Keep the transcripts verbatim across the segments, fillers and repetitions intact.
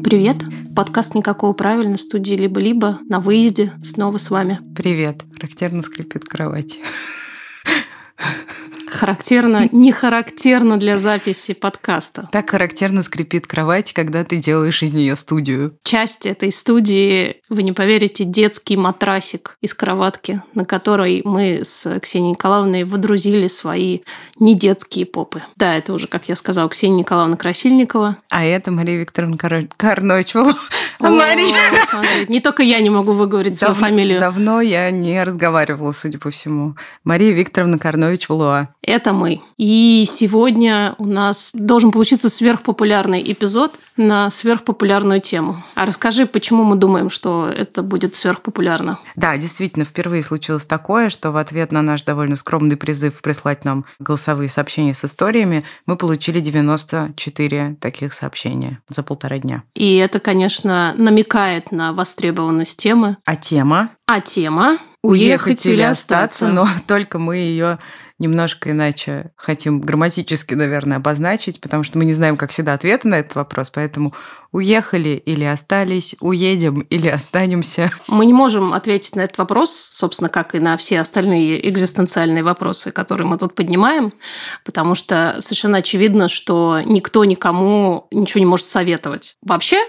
Привет! Подкаст «Никакого правильно» студии «Либо-либо» на выезде снова с вами. Привет! Характерно скрипит кровать. Характерно, не характерно для записи подкаста. Так характерно скрипит кровать, когда ты делаешь из нее студию. Часть этой студии, вы не поверите, детский матрасик из кроватки, на которой мы с Ксенией Николаевной водрузили свои недетские попы. Да, это уже, как я сказала, Ксения Николаевна Красильникова. А это Мария Викторовна Кар... Карнойчвала. А Мария... Не только я не могу выговорить свою Дав... фамилию. Давно я не разговаривала, судя по всему. Мария Викторовна Карнович-Валуа. Это мы. И сегодня у нас должен получиться сверхпопулярный эпизод на сверхпопулярную тему. А расскажи, почему мы думаем, что это будет сверхпопулярно? Да, действительно, впервые случилось такое, что в ответ на наш довольно скромный призыв прислать нам голосовые сообщения с историями, мы получили девяносто четыре таких сообщения за полтора дня. И это, конечно, намекает на востребованность темы. А тема? А тема «Уехать или остаться», но только мы ее немножко иначе хотим грамматически, наверное, обозначить, потому что мы не знаем, как всегда, ответа на этот вопрос, поэтому уехали или остались, уедем или останемся. Мы не можем ответить на этот вопрос, собственно, как и на все остальные экзистенциальные вопросы, которые мы тут поднимаем, потому что совершенно очевидно, что никто никому ничего не может советовать. Вообще,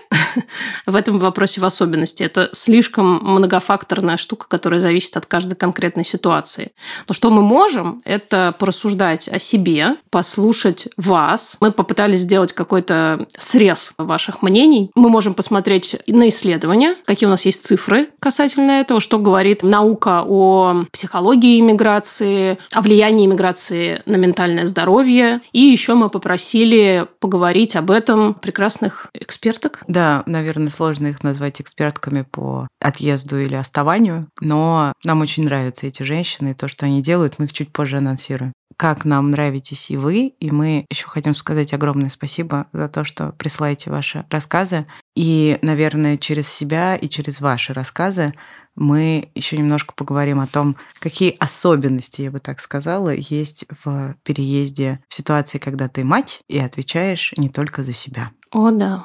в этом вопросе в особенности, это слишком многофакторная штука, которая зависит от каждой конкретной ситуации. Но что мы можем, это порассуждать о себе, послушать вас. Мы попытались сделать какой-то срез ваших мнений. Мы можем посмотреть на исследования, какие у нас есть цифры касательно этого, что говорит наука о психологии иммиграции, о влиянии иммиграции на ментальное здоровье. И еще мы попросили поговорить об этом прекрасных эксперток. Да, наверное, сложно их назвать экспертками по отъезду или оставанию, но нам очень нравятся эти женщины, и то, что они делают, мы их чуть позже анонсируем. Как нам нравитесь и вы, и мы еще хотим сказать огромное спасибо за то, что присылаете ваши рассказы. И, наверное, через себя и через ваши рассказы мы еще немножко поговорим о том, какие особенности, я бы так сказала, есть в переезде в ситуации, когда ты мать и отвечаешь не только за себя. О, да.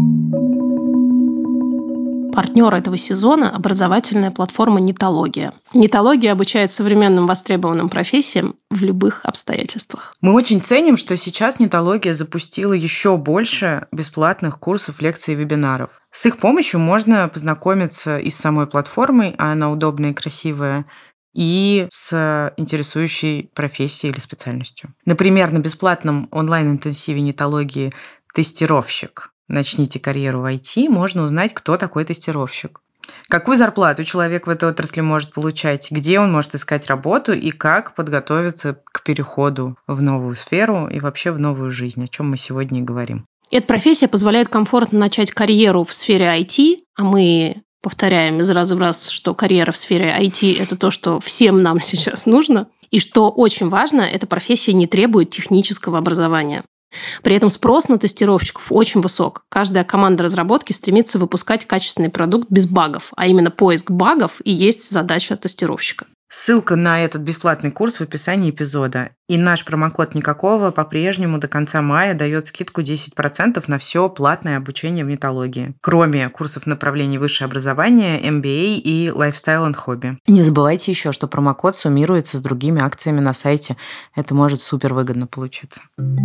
Партнер этого сезона – образовательная платформа «Нетология». «Нетология» обучает современным востребованным профессиям в любых обстоятельствах. Мы очень ценим, что сейчас «Нетология» запустила еще больше бесплатных курсов, лекций и вебинаров. С их помощью можно познакомиться и с самой платформой, а она удобная и красивая, и с интересующей профессией или специальностью. Например, на бесплатном онлайн-интенсиве «Нетологии» «Тестировщик. Начните карьеру в ай ти» можно узнать, кто такой тестировщик. Какую зарплату человек в этой отрасли может получать, где он может искать работу и как подготовиться к переходу в новую сферу и вообще в новую жизнь, о чем мы сегодня и говорим. Эта профессия позволяет комфортно начать карьеру в сфере ай ти, а мы повторяем из раза в раз, что карьера в сфере ай ти – это то, что всем нам сейчас нужно. И что очень важно, эта профессия не требует технического образования. При этом спрос на тестировщиков очень высок. Каждая команда разработки стремится выпускать качественный продукт без багов, а именно поиск багов и есть задача тестировщика. Ссылка на этот бесплатный курс в описании эпизода. И наш промокод «Никакого» по-прежнему до конца мая дает скидку десять процентов на все платное обучение в нетологии, кроме курсов направлений высшее образование, эм би эй и Lifestyle and Hobby. Не забывайте еще, что промокод суммируется с другими акциями на сайте. Это может супер выгодно получиться.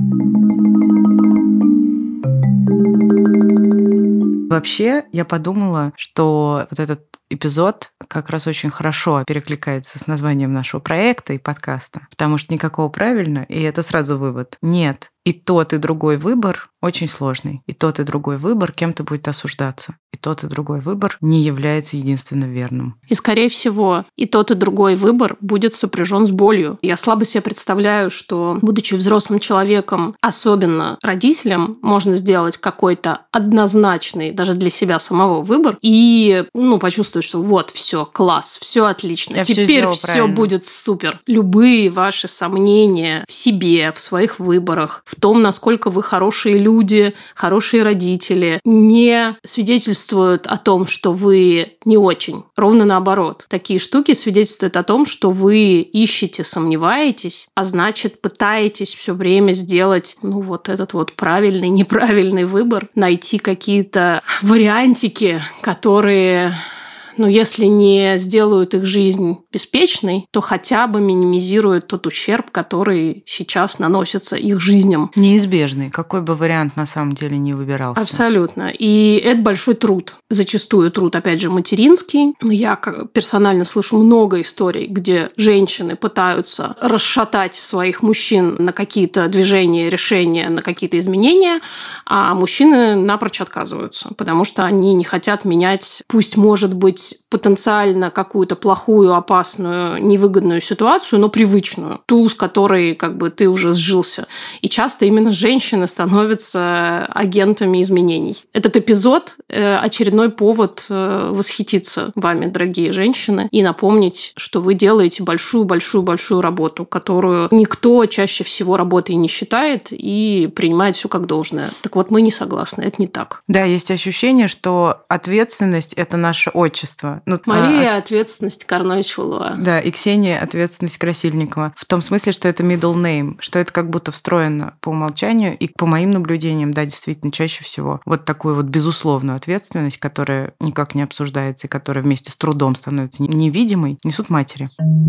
Вообще, я подумала, что вот этот эпизод как раз очень хорошо перекликается с названием нашего проекта и подкаста, потому что никакого правильно, и это сразу вывод. Нет. И тот, и другой выбор очень сложный. И тот, и другой выбор кем-то будет осуждаться. И тот, и другой выбор не является единственно верным. И, скорее всего, и тот, и другой выбор будет сопряжен с болью. Я слабо себе представляю, что, будучи взрослым человеком, особенно родителям, можно сделать какой-то однозначный, даже для себя самого, выбор и ну, почувствовать чувствуют, что вот, все, класс, все отлично, Я всё теперь сделала все правильно. будет супер. Любые ваши сомнения в себе, в своих выборах, в том, насколько вы хорошие люди, хорошие родители, не свидетельствуют о том, что вы не очень. Ровно наоборот. Такие штуки свидетельствуют о том, что вы ищете, сомневаетесь, а значит, пытаетесь все время сделать, ну, вот этот вот правильный, неправильный выбор, найти какие-то вариантики, которые... Но если не сделают их жизнь беспечной, то хотя бы минимизируют тот ущерб, который сейчас наносится их жизням. Неизбежный, какой бы вариант на самом деле не выбирался. Абсолютно. И это большой труд. Зачастую труд, опять же, материнский. Я персонально слышу много историй, где женщины пытаются расшатать своих мужчин на какие-то движения, решения, на какие-то изменения, а мужчины напрочь отказываются, потому что они не хотят менять, пусть, может быть, потенциально какую-то плохую, опасную, невыгодную ситуацию, но привычную, ту, с которой как бы ты уже сжился. И часто именно женщины становятся агентами изменений. Этот эпизод – очередной повод восхититься вами, дорогие женщины, и напомнить, что вы делаете большую-большую-большую работу, которую никто чаще всего работой не считает и принимает все как должное. Так вот, мы не согласны, это не так. Да, есть ощущение, что ответственность – это наше отчество. Ну, Мария а, – ответственность Карнович-Валуа. Да, и Ксения – ответственность Красильникова. В том смысле, что это middle name, что это как будто встроено по умолчанию. И по моим наблюдениям, да, действительно, чаще всего вот такую вот безусловную ответственность, которая никак не обсуждается и которая вместе с трудом становится невидимой, несут матери.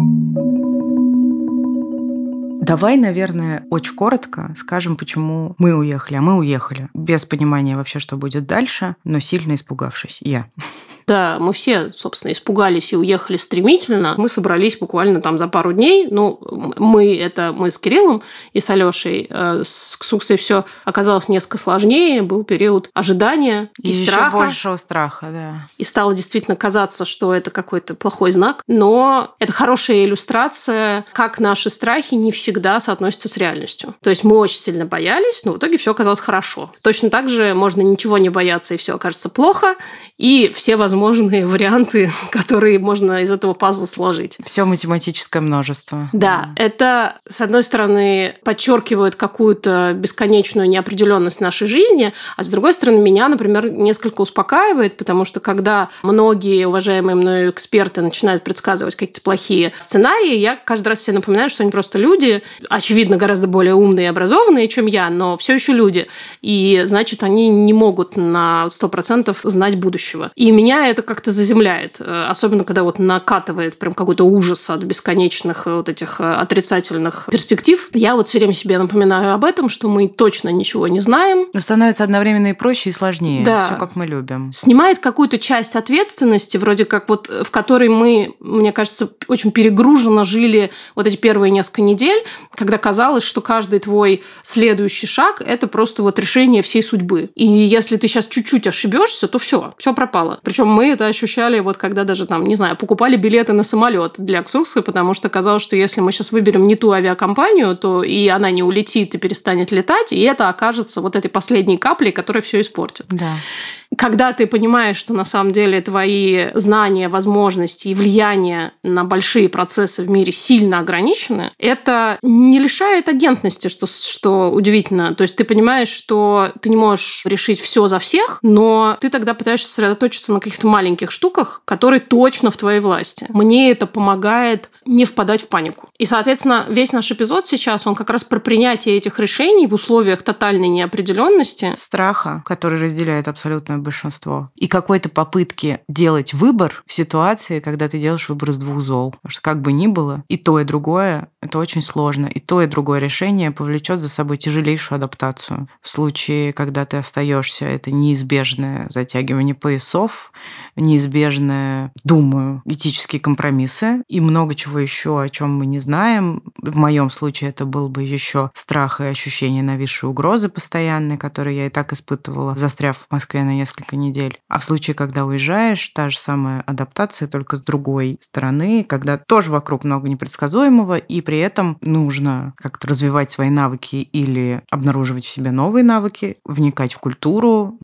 Давай, наверное, очень коротко скажем, почему мы уехали. А мы уехали без понимания вообще, что будет дальше, но сильно испугавшись. Я. Да, мы все, собственно, испугались и уехали стремительно. Мы собрались буквально там за пару дней. Ну, мы, это мы с Кириллом и с Алёшей. С Ксуксой все оказалось несколько сложнее. Был период ожидания и, и страха. еще большего страха, да. И стало действительно казаться, что это какой-то плохой знак. Но это хорошая иллюстрация, как наши страхи не всегда соотносятся с реальностью. То есть мы очень сильно боялись, но в итоге все оказалось хорошо. Точно так же можно ничего не бояться, и все окажется плохо. И все возможные варианты, которые можно из этого пазла сложить. Все математическое множество. Да, это, с одной стороны, подчеркивает какую-то бесконечную неопределенность нашей жизни, а с другой стороны, меня, например, несколько успокаивает, потому что когда многие уважаемые мною эксперты начинают предсказывать какие-то плохие сценарии, я каждый раз себе напоминаю, что они просто люди, очевидно, гораздо более умные и образованные, чем я, но все еще люди. И, значит, они не могут на сто процентов знать будущее. И меня это как-то заземляет. Особенно, когда вот накатывает прям какой-то ужас от бесконечных вот этих отрицательных перспектив. Я вот все время себе напоминаю об этом, что мы точно ничего не знаем. Но становится одновременно и проще, и сложнее. Да. Все как мы любим. Снимает какую-то часть ответственности, вроде как вот в которой мы, мне кажется, очень перегруженно жили вот эти первые несколько недель, когда казалось, что каждый твой следующий шаг – это просто вот решение всей судьбы. И если ты сейчас чуть-чуть ошибешься, то все, все пропало. Причем мы это ощущали, вот когда даже там, не знаю, покупали билеты на самолет для Ксуксы, потому что казалось, что если мы сейчас выберем не ту авиакомпанию, то и она не улетит и перестанет летать, и это окажется вот этой последней каплей, которая все испортит. Да. Когда ты понимаешь, что на самом деле твои знания, возможности и влияние на большие процессы в мире сильно ограничены, это не лишает агентности, что, что удивительно. То есть ты понимаешь, что ты не можешь решить все за всех, но ты тогда пытаешься сосредоточиться на каких-то маленьких штуках, которые точно в твоей власти. Мне это помогает не впадать в панику. И, соответственно, весь наш эпизод сейчас, он как раз про принятие этих решений в условиях тотальной неопределенности. Страха, который разделяет абсолютное большинство. И какой-то попытки делать выбор в ситуации, когда ты делаешь выбор из двух зол. Потому что как бы ни было, и то, и другое – это очень сложно. И то, и другое решение повлечет за собой тяжелейшую адаптацию. В случае, когда ты остаешься, это неизбежное затягивание поясов, неизбежное, думаю, этические компромиссы и много чего еще, о чем мы не знаем. В моем случае это был бы еще страх и ощущение нависшей угрозы постоянной, которые я и так испытывала, застряв в Москве на несколько недель. А в случае, когда уезжаешь, та же самая адаптация, только с другой стороны, когда тоже вокруг много непредсказуемого, и при этом нужно как-то развивать свои навыки или обнаруживать в себе новые навыки, вникать в культуру,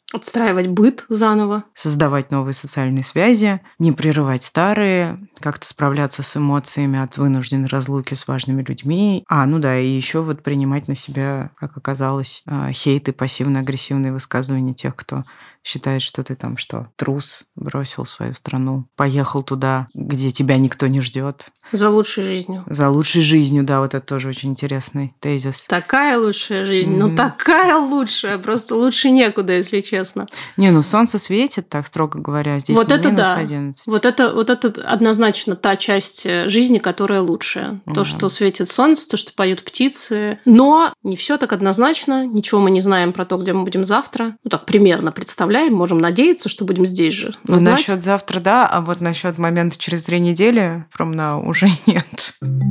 Отстраивать быт заново. Создавать новые социальные связи, не прерывать старые, как-то справляться с эмоциями от вынужденной разлуки с важными людьми. А, ну да, и еще вот принимать на себя, как оказалось, хейт и пассивно-агрессивные высказывания тех, кто считает, что ты там что, трус, бросил свою страну, поехал туда, где тебя никто не ждет. За лучшей жизнью. За лучшей жизнью, да, вот это тоже очень интересный тезис. Такая лучшая жизнь, mm-hmm. ну такая лучшая, просто лучше некуда, если честно. Не, ну солнце светит, так строго говоря, здесь вот это минус да. одиннадцать. Вот это, вот это однозначно та часть жизни, которая лучшая. Mm-hmm. То, что светит солнце, то, что поют птицы. Но не все так однозначно, ничего мы не знаем про то, где мы будем завтра. Ну так примерно представляем. Можем надеяться, что будем здесь же. Но ну, знать... насчет завтра, да, а вот насчет момента через три недели from now уже нет.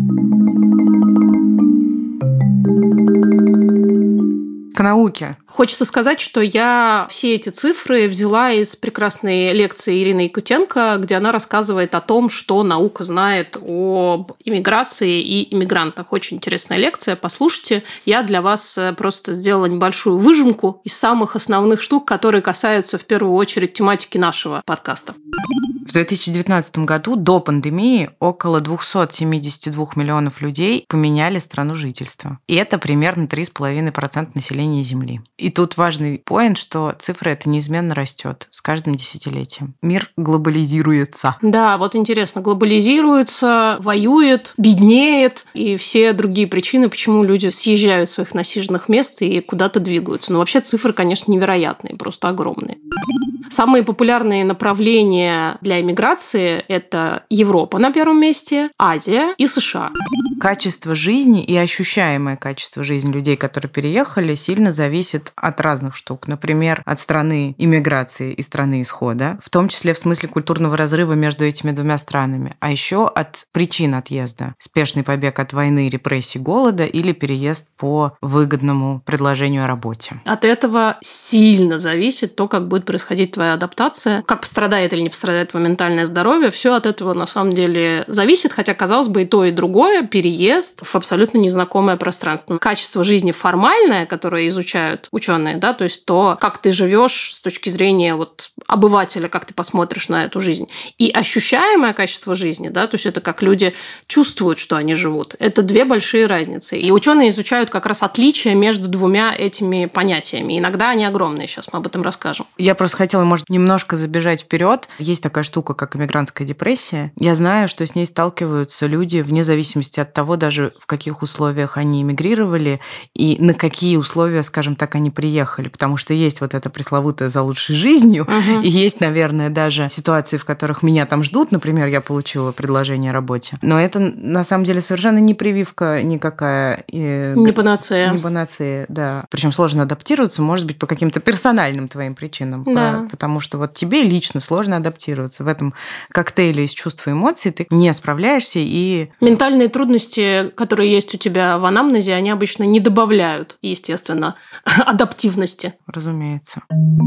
К науке. Хочется сказать, что я все эти цифры взяла из прекрасной лекции Ирины Якутенко, где она рассказывает о том, что наука знает об иммиграции и иммигрантах. Очень интересная лекция, послушайте. Я для вас просто сделала небольшую выжимку из самых основных штук, которые касаются в первую очередь тематики нашего подкаста. В две тысячи девятнадцатом году до пандемии около двести семьдесят два миллионов людей поменяли страну жительства. И это примерно три целых пять десятых процента населения Земли. И тут важный поинт, что цифра эта неизменно растет с каждым десятилетием. Мир глобализируется. Да, вот интересно, глобализируется, воюет, беднеет и все другие причины, почему люди съезжают с своих насиженных мест и куда-то двигаются. Но вообще цифры, конечно, невероятные, просто огромные. Самые популярные направления для иммиграции – это Европа на первом месте, Азия и США. Качество жизни и ощущаемое качество жизни людей, которые переехали, сильно зависит от разных штук. Например, от страны иммиграции и страны исхода, в том числе в смысле культурного разрыва между этими двумя странами, а еще от причин отъезда. Спешный побег от войны, репрессий, голода или переезд по выгодному предложению о работе. От этого сильно зависит то, как будет происходить твоя адаптация, как пострадает или не пострадает твое ментальное здоровье. Все от этого на самом деле зависит, хотя, казалось бы, и то, и другое, переезд в абсолютно незнакомое пространство. Качество жизни формальное, которое изучают ученые, да, то есть то, как ты живешь с точки зрения вот обывателя, как ты посмотришь на эту жизнь, и ощущаемое качество жизни, да, то есть это как люди чувствуют, что они живут. Это две большие разницы. И ученые изучают как раз отличия между двумя этими понятиями. Иногда они огромные, сейчас мы об этом расскажем. Я просто хотела, может, немножко забежать вперед. Есть такая штука, как иммигрантская депрессия. Я знаю, что с ней сталкиваются люди вне зависимости от того, даже в каких условиях они эмигрировали и на какие условия, скажем так, они приехали. Потому что есть вот это пресловутое «за лучшей жизнью», угу. и есть, наверное, даже ситуации, в которых меня там ждут. Например, я получила предложение о работе. Но это, на самом деле, совершенно не прививка никакая. Не панацея. Не панацея, да. Причем сложно адаптироваться, может быть, по каким-то персональным твоим причинам. Да. Потому что вот тебе лично сложно адаптироваться. В этом коктейле из чувств и эмоций ты не справляешься и... Ментальные трудности, которые есть у тебя в анамнезе, они обычно не добавляют, естественно, адаптивности. Разумеется.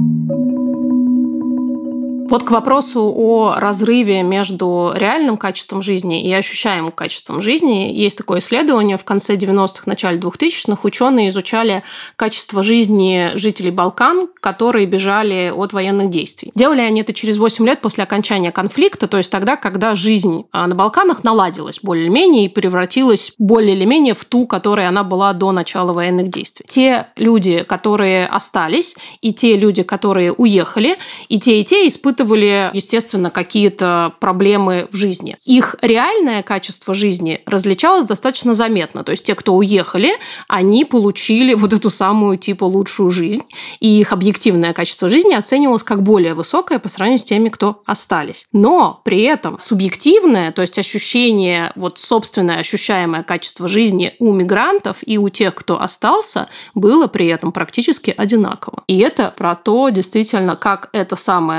Вот к вопросу о разрыве между реальным качеством жизни и ощущаемым качеством жизни есть такое исследование. В конце девяностых, начале двухтысячных ученые изучали качество жизни жителей Балкан, которые бежали от военных действий. Делали они это через восемь лет после окончания конфликта, то есть тогда, когда жизнь на Балканах наладилась более-менее и превратилась более или менее в ту, которой она была до начала военных действий. Те люди, которые остались, и те люди, которые уехали, и те, и те испытывали испытывали, естественно, какие-то проблемы в жизни. Их реальное качество жизни различалось достаточно заметно. То есть те, кто уехали, они получили вот эту самую типа лучшую жизнь, и их объективное качество жизни оценивалось как более высокое по сравнению с теми, кто остались. Но при этом субъективное, то есть ощущение, вот собственное ощущаемое качество жизни у мигрантов и у тех, кто остался, было при этом практически одинаково. И это про то, действительно, как это самое, опять же,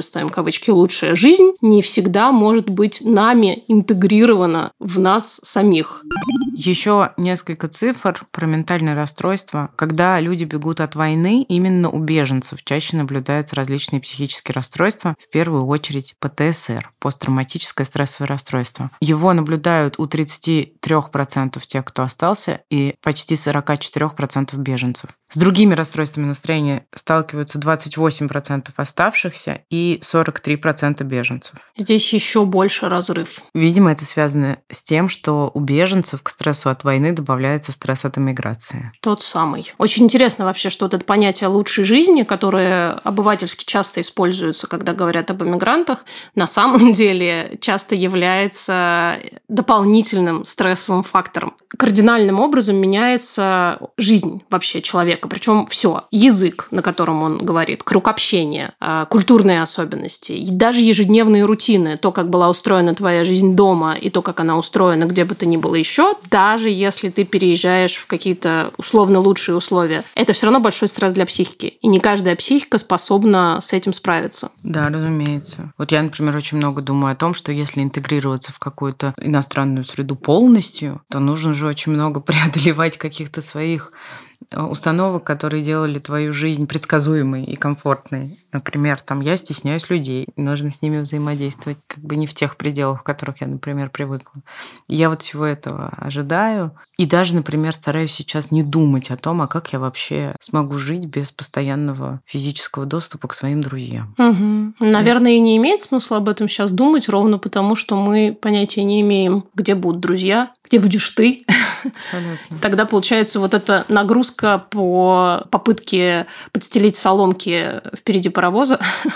же ставим кавычки, лучшая жизнь не всегда может быть нами интегрирована в нас самих. Еще несколько цифр про ментальное расстройство. Когда люди бегут от войны, именно у беженцев чаще наблюдаются различные психические расстройства, в первую очередь пэ тэ эс эр, посттравматическое стрессовое расстройство. Его наблюдают у тридцати трёх процентов тех, кто остался, и почти сорока четырёх процентов беженцев. С другими расстройствами настроения сталкиваются двадцать восемь процентов оставшихся и сорок три процента беженцев. Здесь еще больше разрыв. Видимо, это связано с тем, что у беженцев к стрессу от войны добавляется стресс от эмиграции. Тот самый. Очень интересно вообще, что вот это понятие лучшей жизни, которое обывательски часто используется, когда говорят об эмигрантах, на самом деле часто является дополнительным стрессовым фактором. Кардинальным образом меняется жизнь вообще человека. Причем все. Язык, на котором он говорит, круг общения, культурные особенности, и даже ежедневные рутины, то, как была устроена твоя жизнь дома, и то, как она устроена где бы то ни было еще, даже если ты переезжаешь в какие-то условно лучшие условия, это все равно большой стресс для психики. И не каждая психика способна с этим справиться. Да, разумеется. Вот я, например, очень много думаю о том, что если интегрироваться в какую-то иностранную среду полностью, то нужно же очень много преодолевать каких-то своих установок, которые делали твою жизнь предсказуемой и комфортной. Например, там, я стесняюсь людей, нужно с ними взаимодействовать как бы не в тех пределах, в которых я, например, привыкла. И я вот всего этого ожидаю. И даже, например, стараюсь сейчас не думать о том, а как я вообще смогу жить без постоянного физического доступа к своим друзьям. Угу. Наверное, и не имеет смысла об этом сейчас думать, ровно потому, что мы понятия не имеем, где будут друзья, где будешь ты. Абсолютно. Тогда получается вот эта нагрузка по попытке подстелить соломки впереди паровоза,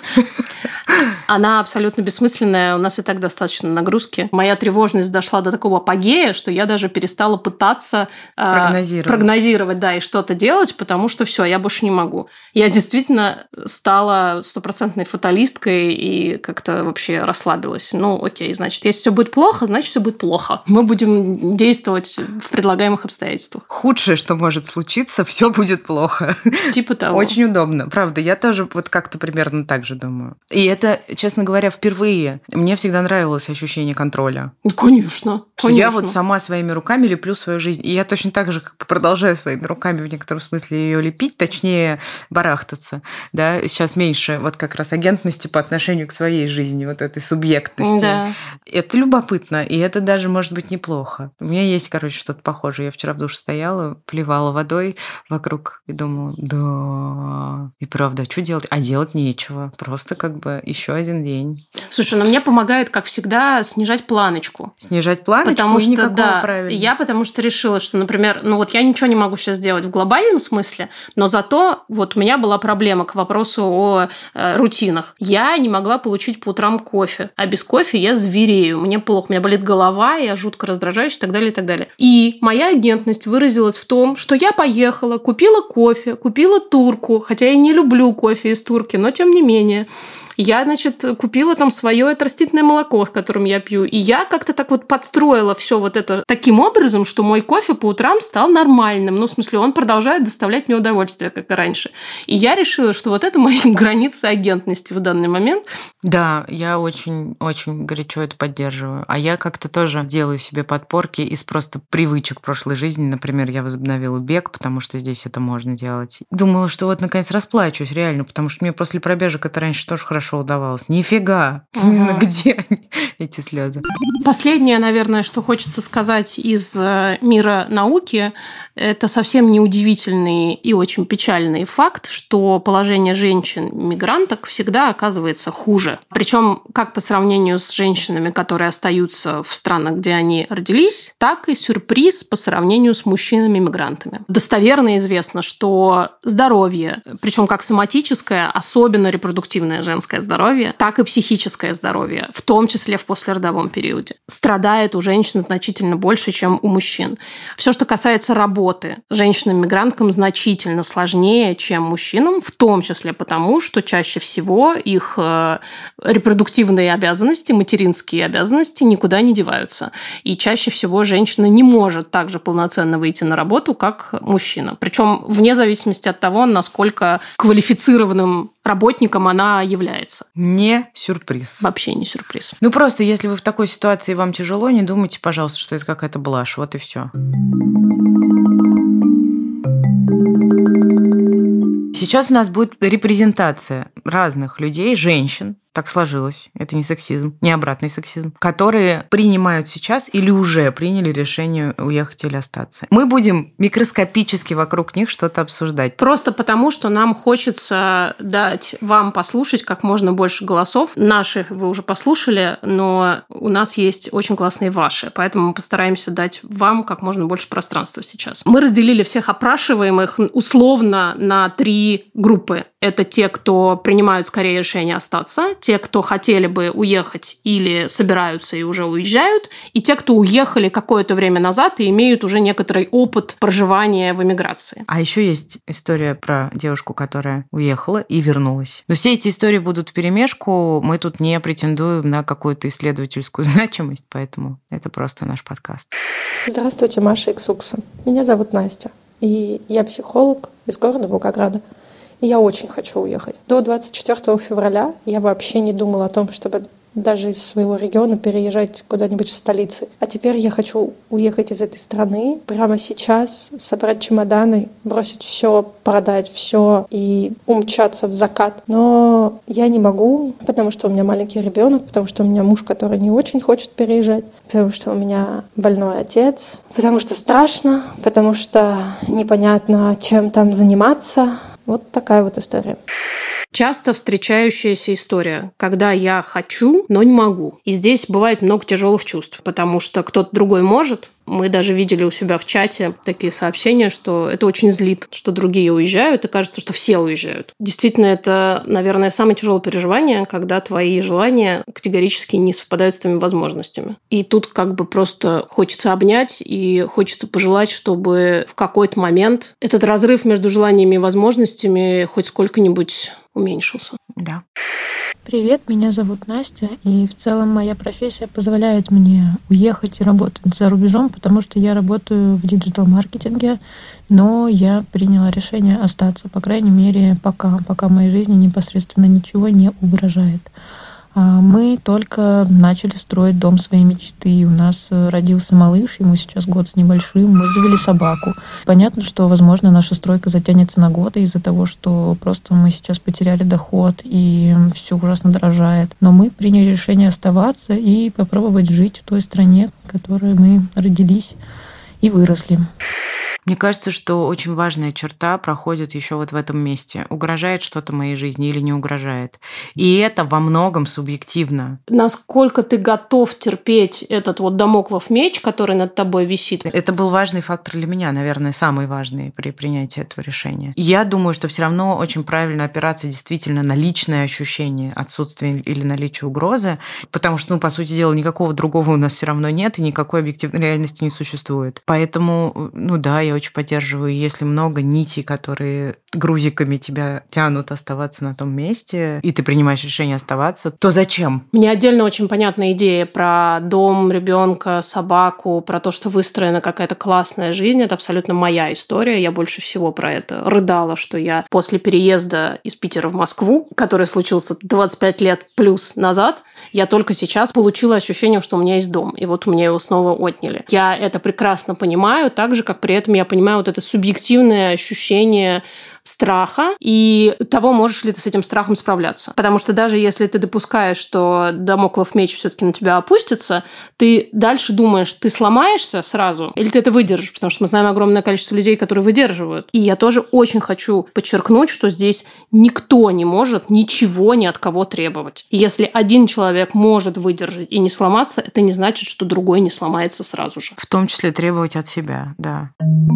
она абсолютно бессмысленная. У нас и так достаточно нагрузки. Моя тревожность дошла до такого апогея, что я даже перестала пытаться прогнозировать, прогнозировать да, и что-то делать, потому что все, я больше не могу. Я действительно стала стопроцентной фаталисткой и как-то вообще расслабилась. Ну, окей, значит, если все будет плохо, значит, все будет плохо. Мы будем действовать в предлагаемых обстоятельствах. Худшее, что может случиться, все будет плохо. Типа того. Очень удобно. Правда, я тоже вот как-то примерно так же думаю. И это, честно говоря, впервые. Мне всегда нравилось ощущение контроля. Конечно. Что конечно. я вот сама своими руками леплю свою жизнь. И я точно так же как бы продолжаю своими руками в некотором смысле ее лепить, точнее барахтаться. Да? Сейчас меньше вот как раз агентности по отношению к своей жизни, вот этой субъектности. Да. Это любопытно, и это даже может быть неплохо. У меня есть, короче, что-то похожее. Я вчера в душе стояла, плевала водой вокруг и думала, да, и правда, что делать? А делать нечего. Просто как бы еще один день. Слушай, ну мне помогает, как всегда, снижать планочку. Снижать планочку? Потому что, никакого да, правильно. Я потому что решила, что, например, ну вот я ничего не могу сейчас сделать в глобальном смысле, но зато вот у меня была проблема к вопросу о э, рутинах. Я не могла получить по утрам кофе, а без кофе я зверею, мне плохо, у меня болит голова, я жутко раздражаюсь и так далее, и так далее. И моя агентность выразилась в том, что я поехала, купила кофе, купила турку, хотя я не люблю кофе из турки, но тем не менее. Я, значит, купила там свое это растительное молоко, с которым я пью. И я как-то так вот подстроила все вот это таким образом, что мой кофе по утрам стал нормальным. Ну, в смысле, он продолжает доставлять мне удовольствие, как и раньше. И я решила, что вот это мои границы агентности в данный момент. Да, я очень-очень горячо это поддерживаю. А я как-то тоже делаю себе подпорки из просто привычек прошлой жизни. Например, я возобновила бег, потому что здесь это можно делать. Думала, что вот наконец расплачусь реально, потому что мне после пробежек это раньше тоже хорошо удавалось. Нифига. Uh-huh. Не знаю, где они, эти слезы. Последнее, наверное, что хочется сказать из мира науки, это совсем неудивительный и очень печальный факт, что положение женщин-мигранток всегда оказывается хуже. Причем как по сравнению с женщинами, которые остаются в странах, где они родились, так и сюрприз по сравнению с мужчинами-мигрантами. Достоверно известно, что здоровье, причем как соматическое, особенно репродуктивное женское здоровье, так и психическое здоровье, в том числе в послеродовом периоде, страдает у женщин значительно больше, чем у мужчин. Все, что касается работы, женщинам-мигранткам значительно сложнее, чем мужчинам, в том числе потому, что чаще всего их репродуктивные обязанности, материнские обязанности никуда не деваются. И чаще всего женщина не может так же полноценно выйти на работу, как мужчина. Причем вне зависимости от того, насколько квалифицированным работником она является. Не сюрприз. Вообще не сюрприз. Ну просто, если вы в такой ситуации и вам тяжело, не думайте, пожалуйста, что это какая-то блажь. Вот и все. Сейчас у нас будет репрезентация разных людей, женщин, так сложилось, это не сексизм, не обратный сексизм, которые принимают сейчас или уже приняли решение уехать или остаться. Мы будем микроскопически вокруг них что-то обсуждать. Просто потому, что нам хочется дать вам послушать как можно больше голосов. Наших вы уже послушали, но у нас есть очень классные ваши, поэтому мы постараемся дать вам как можно больше пространства сейчас. Мы разделили всех опрашиваемых условно на три группы. Это те, кто принимают скорее решение остаться, те, кто хотели бы уехать или собираются и уже уезжают, и те, кто уехали какое-то время назад и имеют уже некоторый опыт проживания в эмиграции. А еще есть история про девушку, которая уехала и вернулась. Но все эти истории будут вперемешку. Мы тут не претендуем на какую-то исследовательскую значимость, поэтому это просто наш подкаст. Здравствуйте, Маша Иксукса. Меня зовут Настя, и я психолог из города Волгограда. И я очень хочу уехать. До двадцать четвёртого февраля я вообще не думала о том, чтобы даже из своего региона переезжать куда-нибудь в столицы. А теперь я хочу уехать из этой страны прямо сейчас, собрать чемоданы, бросить все, продать все и умчаться в закат. Но я не могу, потому что у меня маленький ребенок, потому что у меня муж, который не очень хочет переезжать, потому что у меня больной отец, потому что страшно, потому что непонятно, чем там заниматься. Вот такая вот история. Часто встречающаяся история, когда я хочу, но не могу. И здесь бывает много тяжелых чувств, потому что кто-то другой может. Мы даже видели у себя в чате такие сообщения, что это очень злит, что другие уезжают, и кажется, что все уезжают. Действительно, это, наверное, самое тяжелое переживание, когда твои желания категорически не совпадают с твоими возможностями. И тут как бы просто хочется обнять и хочется пожелать, чтобы в какой-то момент этот разрыв между желаниями и возможностями хоть сколько-нибудь уменьшился. Да. Привет, меня зовут Настя, и в целом моя профессия позволяет мне уехать и работать за рубежом, потому что я работаю в диджитал-маркетинге, но я приняла решение остаться, по крайней мере, пока, пока моей жизни непосредственно ничего не угрожает. Мы только начали строить дом своей мечты. У нас родился малыш, ему сейчас год с небольшим. Мы завели собаку. Понятно, что, возможно, наша стройка затянется на годы из-за того, что просто мы сейчас потеряли доход и все ужасно дорожает. Но мы приняли решение оставаться и попробовать жить в той стране, в которой мы родились и выросли. Мне кажется, что очень важная черта проходит еще вот в этом месте. Угрожает что-то моей жизни или не угрожает. И это во многом субъективно. Насколько ты готов терпеть этот вот дамоклов меч, который над тобой висит? Это был важный фактор для меня, наверное, самый важный при принятии этого решения. Я думаю, что все равно очень правильно опираться действительно на личное ощущение отсутствия или наличия угрозы, потому что, ну, по сути дела, никакого другого у нас все равно нет, и никакой объективной реальности не существует. Поэтому, ну да, я очень поддерживаю, если много нитей, которые грузиками тебя тянут оставаться на том месте, и ты принимаешь решение оставаться, то зачем? Мне отдельно очень понятная идея про дом, ребенка, собаку, про то, что выстроена какая-то классная жизнь. Это абсолютно моя история. Я больше всего про это рыдала, что я после переезда из Питера в Москву, который случился двадцать пять лет плюс назад, я только сейчас получила ощущение, что у меня есть дом, и вот у меня его снова отняли. Я это прекрасно понимаю, так же, как при этом я понимаю вот это субъективное ощущение страха и того, можешь ли ты с этим страхом справляться. Потому что даже если ты допускаешь, что дамоклов меч все-таки на тебя опустится, ты дальше думаешь, ты сломаешься сразу или ты это выдержишь, потому что мы знаем огромное количество людей, которые выдерживают. И я тоже очень хочу подчеркнуть, что здесь никто не может ничего ни от кого требовать. И если один человек может выдержать и не сломаться, это не значит, что другой не сломается сразу же. В том числе требовать от себя, да.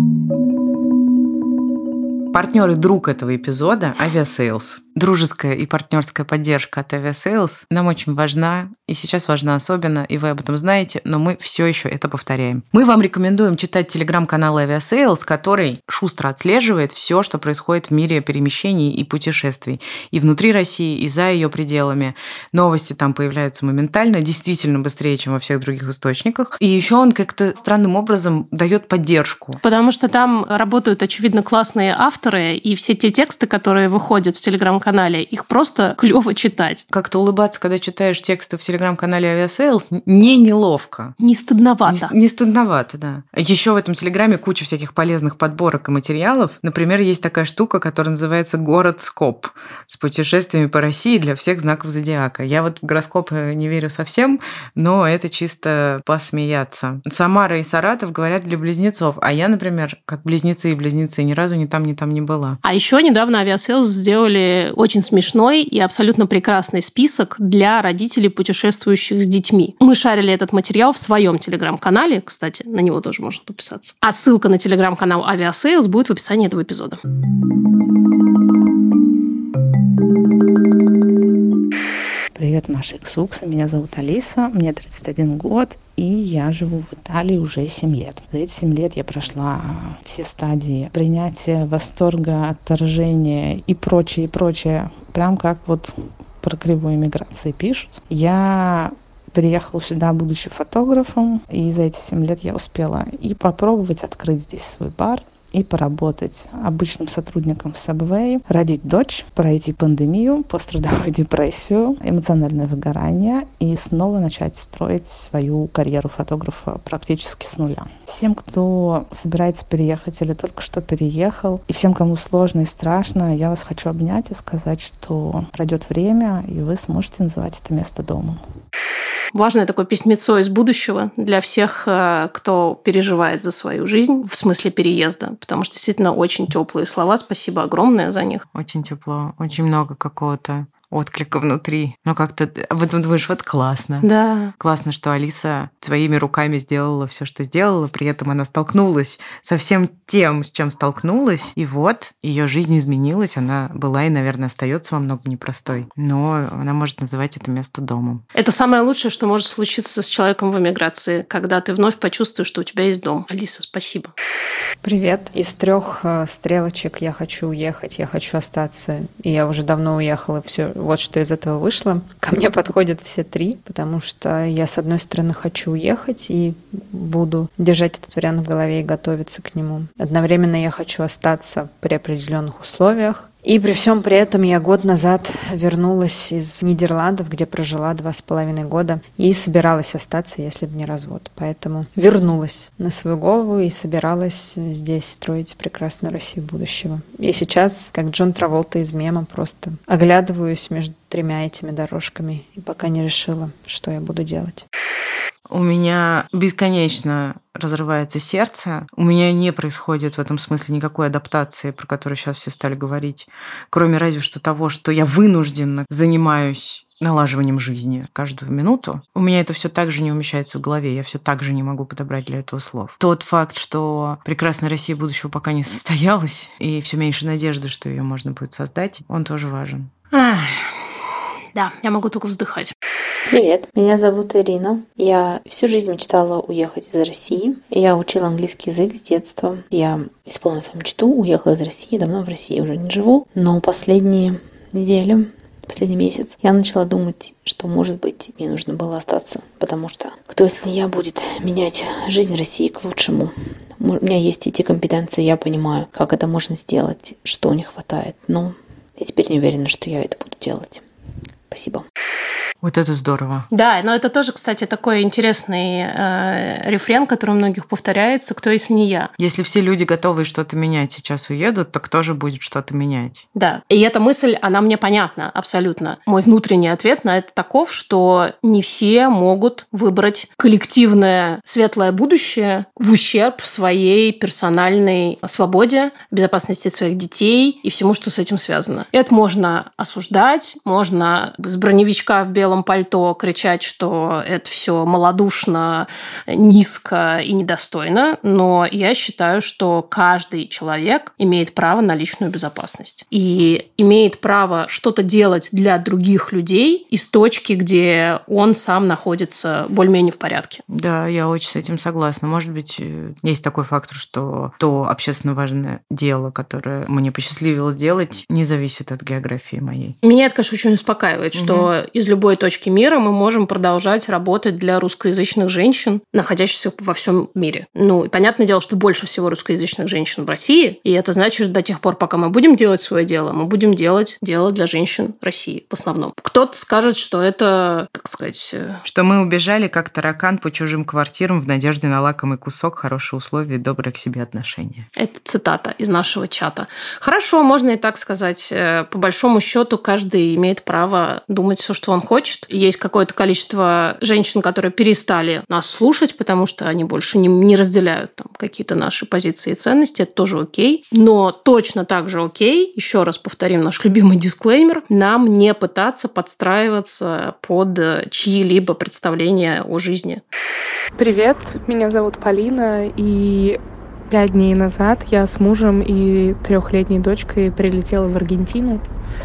Партнер и друг этого эпизода – Aviasales. Дружеская и партнерская поддержка от Aviasales нам очень важна, и сейчас важна особенно, и вы об этом знаете, но мы все еще это повторяем. Мы вам рекомендуем читать телеграм-канал Aviasales, который шустро отслеживает все, что происходит в мире перемещений и путешествий, и внутри России, и за ее пределами. Новости там появляются моментально, действительно быстрее, чем во всех других источниках. И еще он как-то странным образом дает поддержку. Потому что там работают, очевидно, классные авторы, и все те тексты, которые выходят в телеграм-канале телеграм-канале, их просто клево читать. Как-то улыбаться, когда читаешь тексты в телеграм-канале Aviasales, не неловко. Не стыдновато. Не, не стыдновато, да. Еще в этом телеграме куча всяких полезных подборок и материалов. Например, есть такая штука, которая называется «Гороскоп» с путешествиями по России для всех знаков зодиака. Я вот в гороскоп не верю совсем, но это чисто посмеяться. Самара и Саратов говорят для близнецов, а я, например, как близнецы и близнецы, ни разу ни там, ни там не была. А еще недавно Aviasales сделали очень смешной и абсолютно прекрасный список для родителей, путешествующих с детьми. Мы шарили этот материал в своем телеграм-канале, кстати, на него тоже можно подписаться. А ссылка на телеграм-канал Aviasales будет в описании этого эпизода. Привет, Маша и Ксукса. Меня зовут Алиса, мне тридцать один год, и я живу в Италии уже семь лет. За эти семь лет я прошла все стадии принятия, восторга, отторжения и прочее, и прочее. Прям как вот про кривую миграции пишут. Я приехала сюда, будучи фотографом, и за эти семь лет я успела и попробовать открыть здесь свой бар, и поработать обычным сотрудником в Subway, родить дочь, пройти пандемию, пострадовую депрессию, эмоциональное выгорание и снова начать строить свою карьеру фотографа практически с нуля. Всем, кто собирается переехать или только что переехал, и всем, кому сложно и страшно, я вас хочу обнять и сказать, что пройдет время, и вы сможете называть это место домом. Важное такое письмецо из будущего для всех, кто переживает за свою жизнь в смысле переезда, потому что действительно очень теплые слова. Спасибо огромное за них. Очень тепло, очень много какого-то отклика внутри. Но как-то об этом думаешь, вот классно. Да. Классно, что Алиса своими руками сделала все, что сделала, при этом она столкнулась со всем тем, с чем столкнулась, и вот ее жизнь изменилась, она была и, наверное, остается во многом непростой, но она может называть это место домом. Это самое лучшее, что может случиться с человеком в эмиграции, когда ты вновь почувствуешь, что у тебя есть дом. Алиса, спасибо. Привет. Из трех стрелочек «я хочу уехать», «я хочу остаться», и я уже давно уехала, все. Вот что из этого вышло. Ко мне подходят все три, потому что я, с одной стороны, хочу уехать и буду держать этот вариант в голове и готовиться к нему. Одновременно я хочу остаться при определенных условиях. И при всем при этом я год назад вернулась из Нидерландов, где прожила два с половиной года, и собиралась остаться, если бы не развод. Поэтому вернулась на свою голову и собиралась здесь строить прекрасную Россию будущего. И сейчас, как Джон Траволта из мема, просто оглядываюсь между тремя этими дорожками и пока не решила, что я буду делать. У меня бесконечно разрывается сердце. У меня не происходит в этом смысле никакой адаптации, про которую сейчас все стали говорить, кроме разве что того, что я вынужденно занимаюсь налаживанием жизни каждую минуту. У меня это все так же не умещается в голове, я все так же не могу подобрать для этого слов. Тот факт, что прекрасная Россия будущего пока не состоялась, и все меньше надежды, что ее можно будет создать, он тоже важен. Ах, да, я могу только вздыхать. Привет, меня зовут Ирина. Я всю жизнь мечтала уехать из России. Я учила английский язык с детства. Я исполнила свою мечту, уехала из России. Давно в России уже не живу. Но последние недели, последний месяц я начала думать, что, может быть, мне нужно было остаться. Потому что кто, если я, будет менять жизнь России к лучшему? У меня есть эти компетенции, я понимаю, как это можно сделать, что не хватает. Но я теперь не уверена, что я это буду делать. Спасибо. Вот это здорово. Да, но это тоже, кстати, такой интересный э, рефрен, который у многих повторяется: кто, если не я? Если все люди, готовые что-то менять, сейчас уедут, то кто же будет что-то менять? Да, и эта мысль, она мне понятна абсолютно. Мой внутренний ответ на это таков, что не все могут выбрать коллективное светлое будущее в ущерб своей персональной свободе, безопасности своих детей и всему, что с этим связано. Это можно осуждать, можно с броневичка в белом пальто кричать, что это все малодушно, низко и недостойно, но я считаю, что каждый человек имеет право на личную безопасность и имеет право что-то делать для других людей из точки, где он сам находится более-менее в порядке. Да, я очень с этим согласна. Может быть, есть такой фактор, что то общественно важное дело, которое мне посчастливилось делать, не зависит от географии моей. Меня это, конечно, очень успокаивает, что угу. из любой точке мира мы можем продолжать работать для русскоязычных женщин, находящихся во всем мире. Ну, и понятное дело, что больше всего русскоязычных женщин в России, и это значит, что до тех пор, пока мы будем делать свое дело, мы будем делать дело для женщин России в основном. Кто-то скажет, что это, как сказать... Что мы убежали, как таракан, по чужим квартирам в надежде на лакомый кусок, хорошие условия и доброе к себе отношение. Это цитата из нашего чата. Хорошо, можно и так сказать. По большому счету, каждый имеет право думать все, что он хочет. Есть какое-то количество женщин, которые перестали нас слушать, потому что они больше не, не разделяют там, какие-то наши позиции и ценности. Это тоже окей. Но точно так же окей, еще раз повторим наш любимый дисклеймер, нам не пытаться подстраиваться под чьи-либо представления о жизни. Привет, меня зовут Полина, и пять дней назад я с мужем и трехлетней дочкой прилетела в Аргентину.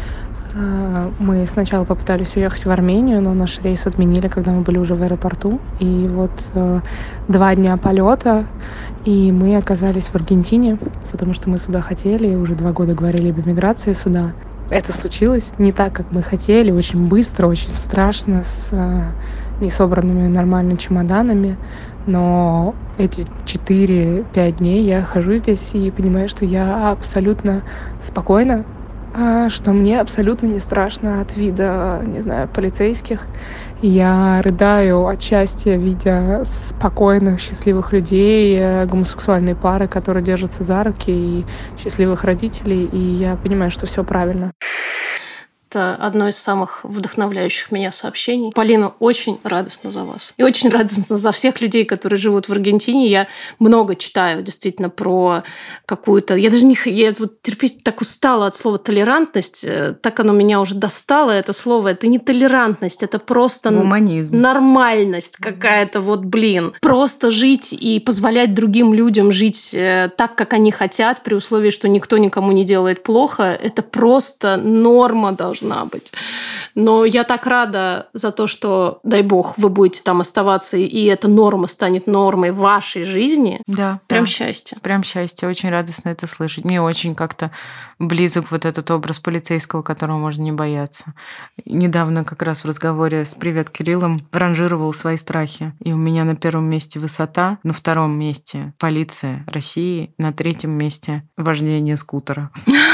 Мы сначала попытались уехать в Армению, но наш рейс отменили, когда мы были уже в аэропорту. И вот два дня полета, и мы оказались в Аргентине, потому что мы сюда хотели, и уже два года говорили об эмиграции сюда. Это случилось не так, как мы хотели, очень быстро, очень страшно, с несобранными нормально чемоданами. Но эти четыре-пять дней я хожу здесь и понимаю, что я абсолютно спокойна, что мне абсолютно не страшно от вида, не знаю, полицейских. Я рыдаю от счастья, видя спокойных, счастливых людей, гомосексуальные пары, которые держатся за руки, и счастливых родителей, и я понимаю, что все правильно. Это одно из самых вдохновляющих меня сообщений. Полина, очень радостна за вас. И очень радостна за всех людей, которые живут в Аргентине. Я много читаю действительно про какую-то... Я даже не... Я вот терпеть так устала от слова толерантность. Так оно меня уже достало, это слово. Это не толерантность, это просто... Гуманизм. Нормальность какая-то. Вот, блин. Просто жить и позволять другим людям жить так, как они хотят, при условии, что никто никому не делает плохо. Это просто норма должна должна быть. Но я так рада за то, что, дай бог, вы будете там оставаться, и эта норма станет нормой вашей жизни. Да. Прям да. счастье. Прям счастье. Очень радостно это слышать. Мне очень как-то близок вот этот образ полицейского, которого можно не бояться. Недавно как раз в разговоре с «Привет, Кириллом» ранжировал свои страхи. И у меня на первом месте высота, на втором месте полиция России, на третьем месте вождение скутера.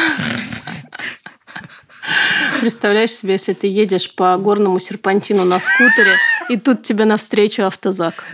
Представляешь себе, если ты едешь по горному серпантину на скутере, и тут тебе навстречу автозак.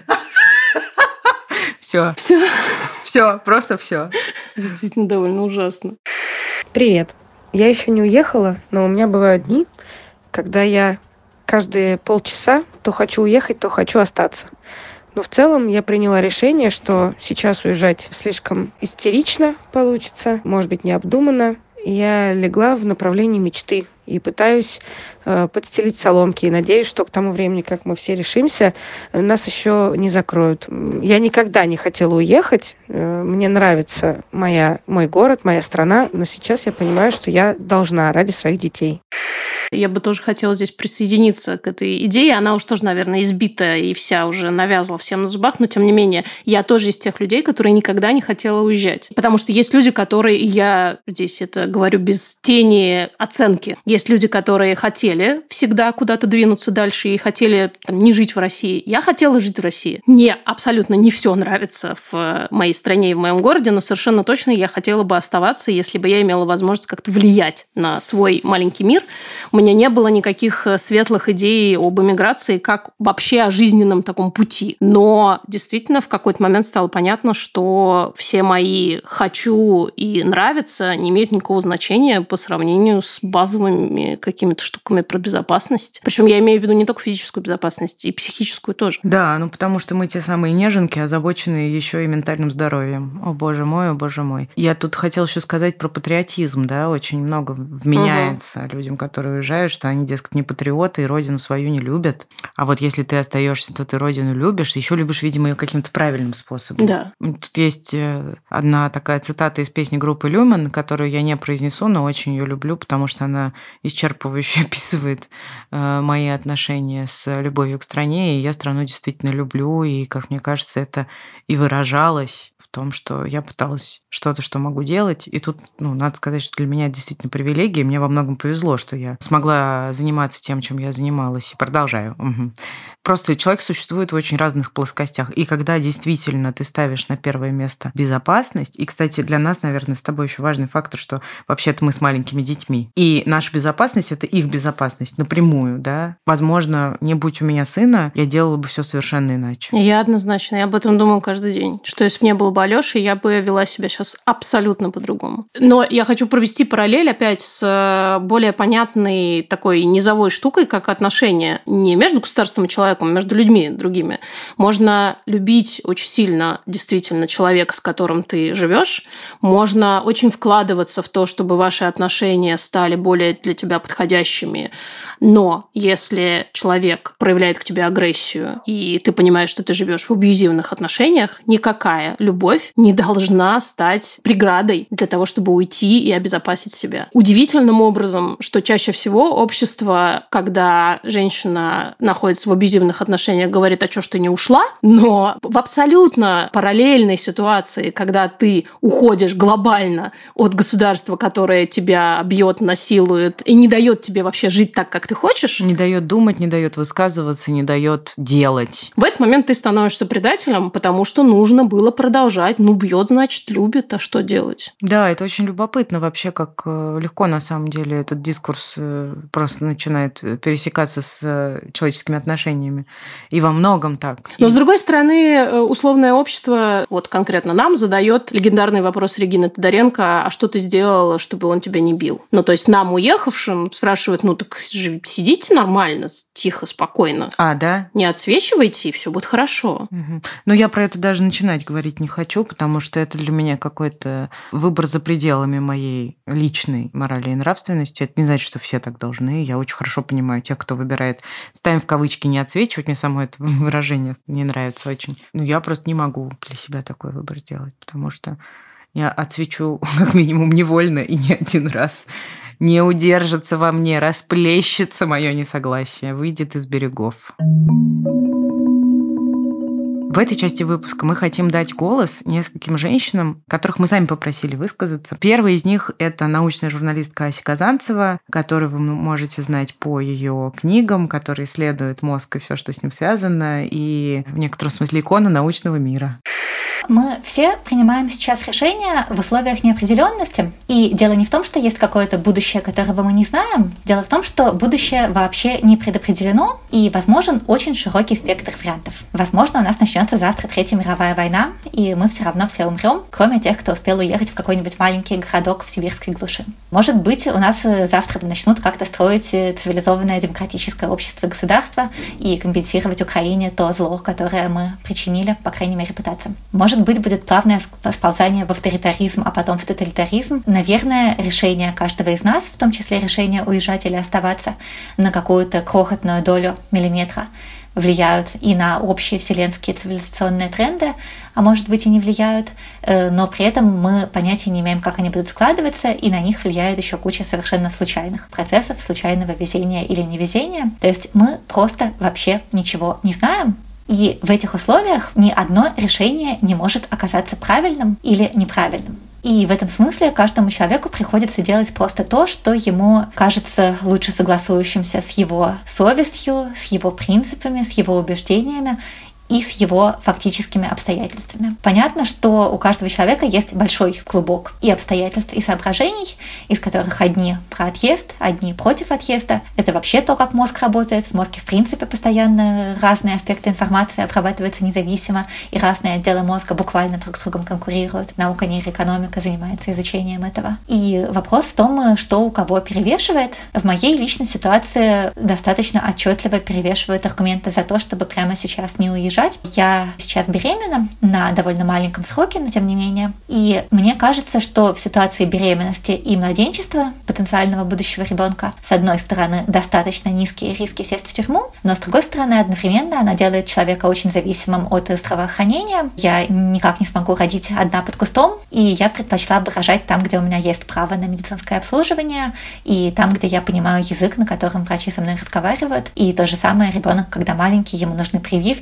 Все. Все. Все, просто все. Действительно довольно ужасно. Привет. Я еще не уехала, но у меня бывают дни, когда я каждые полчаса то хочу уехать, то хочу остаться. Но в целом я приняла решение, что сейчас уезжать слишком истерично получится, может быть, необдуманно. Я легла в направлении мечты и пытаюсь э, подстелить соломки. И надеюсь, что к тому времени, как мы все решимся, нас еще не закроют. Я никогда не хотела уехать. Э, мне нравится моя, мой город, моя страна. Но сейчас я понимаю, что я должна ради своих детей. Я бы тоже хотела здесь присоединиться к этой идее. Она уж тоже, наверное, избита и вся уже навязла всем на зубах. Но, тем не менее, я тоже из тех людей, которые никогда не хотела уезжать. Потому что есть люди, которые... Я здесь это говорю без тени оценки. Есть люди, которые хотели всегда куда-то двинуться дальше и хотели там, не жить в России. Я хотела жить в России. Мне абсолютно не все нравится в моей стране и в моем городе, но совершенно точно я хотела бы оставаться, если бы я имела возможность как-то влиять на свой маленький мир. У меня не было никаких светлых идей об эмиграции, как вообще о жизненном таком пути. Но действительно в какой-то момент стало понятно, что все мои «хочу» и «нравится» не имеют никакого значения по сравнению с базовыми какими-то штуками про безопасность. Причем я имею в виду не только физическую безопасность, и психическую тоже. Да, ну потому что мы те самые неженки, озабоченные еще и ментальным здоровьем. О боже мой, о боже мой. Я тут хотела еще сказать про патриотизм, да, очень много вменяется угу. людям, которые уезжают, что они, дескать, не патриоты и родину свою не любят. А вот если ты остаешься, то ты родину любишь, еще любишь, видимо, ее каким-то правильным способом. Да. Тут есть одна такая цитата из песни группы Люмен, которую я не произнесу, но очень ее люблю, потому что она исчерпывающе описывает мои отношения с любовью к стране, и я страну действительно люблю, и, как мне кажется, это и выражалось в том, что я пыталась что-то, что могу делать, и тут, ну, надо сказать, что для меня это действительно привилегия, мне во многом повезло, что я смогла смогла заниматься тем, чем я занималась, и продолжаю. Угу. Просто человек существует в очень разных плоскостях. И когда действительно ты ставишь на первое место безопасность, и, кстати, для нас, наверное, с тобой еще важный фактор, что вообще-то мы с маленькими детьми, и наша безопасность – это их безопасность напрямую, да. Возможно, не будь у меня сына, я делала бы все совершенно иначе. Я однозначно, я об этом думаю каждый день, что если бы не было бы Алёши, я бы вела себя сейчас абсолютно по-другому. Но я хочу провести параллель опять с более понятной такой низовой штукой, как отношения не между государством и человеком, между людьми другими. Можно любить очень сильно действительно человека, с которым ты живешь. Можно очень вкладываться в то, чтобы ваши отношения стали более для тебя подходящими. Но если человек проявляет к тебе агрессию, и ты понимаешь, что ты живешь в абьюзивных отношениях, никакая любовь не должна стать преградой для того, чтобы уйти и обезопасить себя. Удивительным образом, что чаще всего общество, когда женщина находится в абьюзивных отношениях, говорит, а что ж ты не ушла? Но в абсолютно параллельной ситуации, когда ты уходишь глобально от государства, которое тебя бьет, насилует и не дает тебе вообще жить так, как ты хочешь. Не дает думать, не дает высказываться, не дает делать. В этот момент ты становишься предателем, потому что нужно было продолжать. Ну, бьет, значит, любит, а что делать? Да, это очень любопытно вообще, как легко на самом деле этот дискурс просто начинает пересекаться с человеческими отношениями. И во многом так. Но, и... с другой стороны, условное общество, вот конкретно нам, задает легендарный вопрос Регины Тодоренко, а что ты сделала, чтобы он тебя не бил? Ну, то есть нам, уехавшим, спрашивают, ну, так сидите нормально, тихо, спокойно. А, да? Не отсвечивайте, и все будет хорошо. Угу. Но я про это даже начинать говорить не хочу, потому что это для меня какой-то выбор за пределами моей личной морали и нравственности. Это не значит, что все так должны. Я очень хорошо понимаю тех, кто выбирает, ставим в кавычки, не отсвечивать. Мне само это выражение не нравится очень. Но я просто не могу для себя такой выбор сделать, потому что я отсвечу как минимум невольно и не один раз. Не удержится во мне, расплещется мое несогласие, выйдет из берегов. В этой части выпуска мы хотим дать голос нескольким женщинам, которых мы сами попросили высказаться. Первая из них – это научная журналистка Ася Казанцева, которую вы можете знать по ее книгам, которые исследуют мозг и все, что с ним связано, и в некотором смысле икона научного мира. Мы все принимаем сейчас решения в условиях неопределенности. И дело не в том, что есть какое-то будущее, которого мы не знаем. Дело в том, что будущее вообще не предопределено, и возможен очень широкий спектр вариантов. Возможно, у нас начнется завтра Третья мировая война, и мы все равно все умрем, кроме тех, кто успел уехать в какой-нибудь маленький городок в сибирской глуши. Может быть, у нас завтра начнут как-то строить цивилизованное демократическое общество и государство и компенсировать Украине то зло, которое мы причинили, по крайней мере, пытаться. Может быть, будет плавное сползание в авторитаризм, а потом в тоталитаризм. Наверное, решение каждого из нас, в том числе решение уезжать или оставаться, на какую-то крохотную долю миллиметра влияют и на общие вселенские цивилизационные тренды, а может быть и не влияют, но при этом мы понятия не имеем, как они будут складываться, и на них влияет еще куча совершенно случайных процессов, случайного везения или невезения. То есть мы просто вообще ничего не знаем. И в этих условиях ни одно решение не может оказаться правильным или неправильным. И в этом смысле каждому человеку приходится делать просто то, что ему кажется лучше согласующимся с его совестью, с его принципами, с его убеждениями и с его фактическими обстоятельствами. Понятно, что у каждого человека есть большой клубок и обстоятельств, и соображений, из которых одни про отъезд, одни против отъезда. Это вообще то, как мозг работает. В мозге, в принципе, постоянно разные аспекты информации обрабатываются независимо, и разные отделы мозга буквально друг с другом конкурируют. Наука нейроэкономика занимается изучением этого. И вопрос в том, что у кого перевешивает. В моей личной ситуации достаточно отчетливо перевешивают аргументы за то, чтобы прямо сейчас не уезжать. Я сейчас беременна на довольно маленьком сроке, но тем не менее. И мне кажется, что в ситуации беременности и младенчества потенциального будущего ребенка, с одной стороны, достаточно низкие риски сесть в тюрьму, но с другой стороны, одновременно она делает человека очень зависимым от здравоохранения. Я никак не смогу родить одна под кустом, и я предпочла бы рожать там, где у меня есть право на медицинское обслуживание, и там, где я понимаю язык, на котором врачи со мной разговаривают. И то же самое ребенок, когда маленький, ему нужны прививки, ему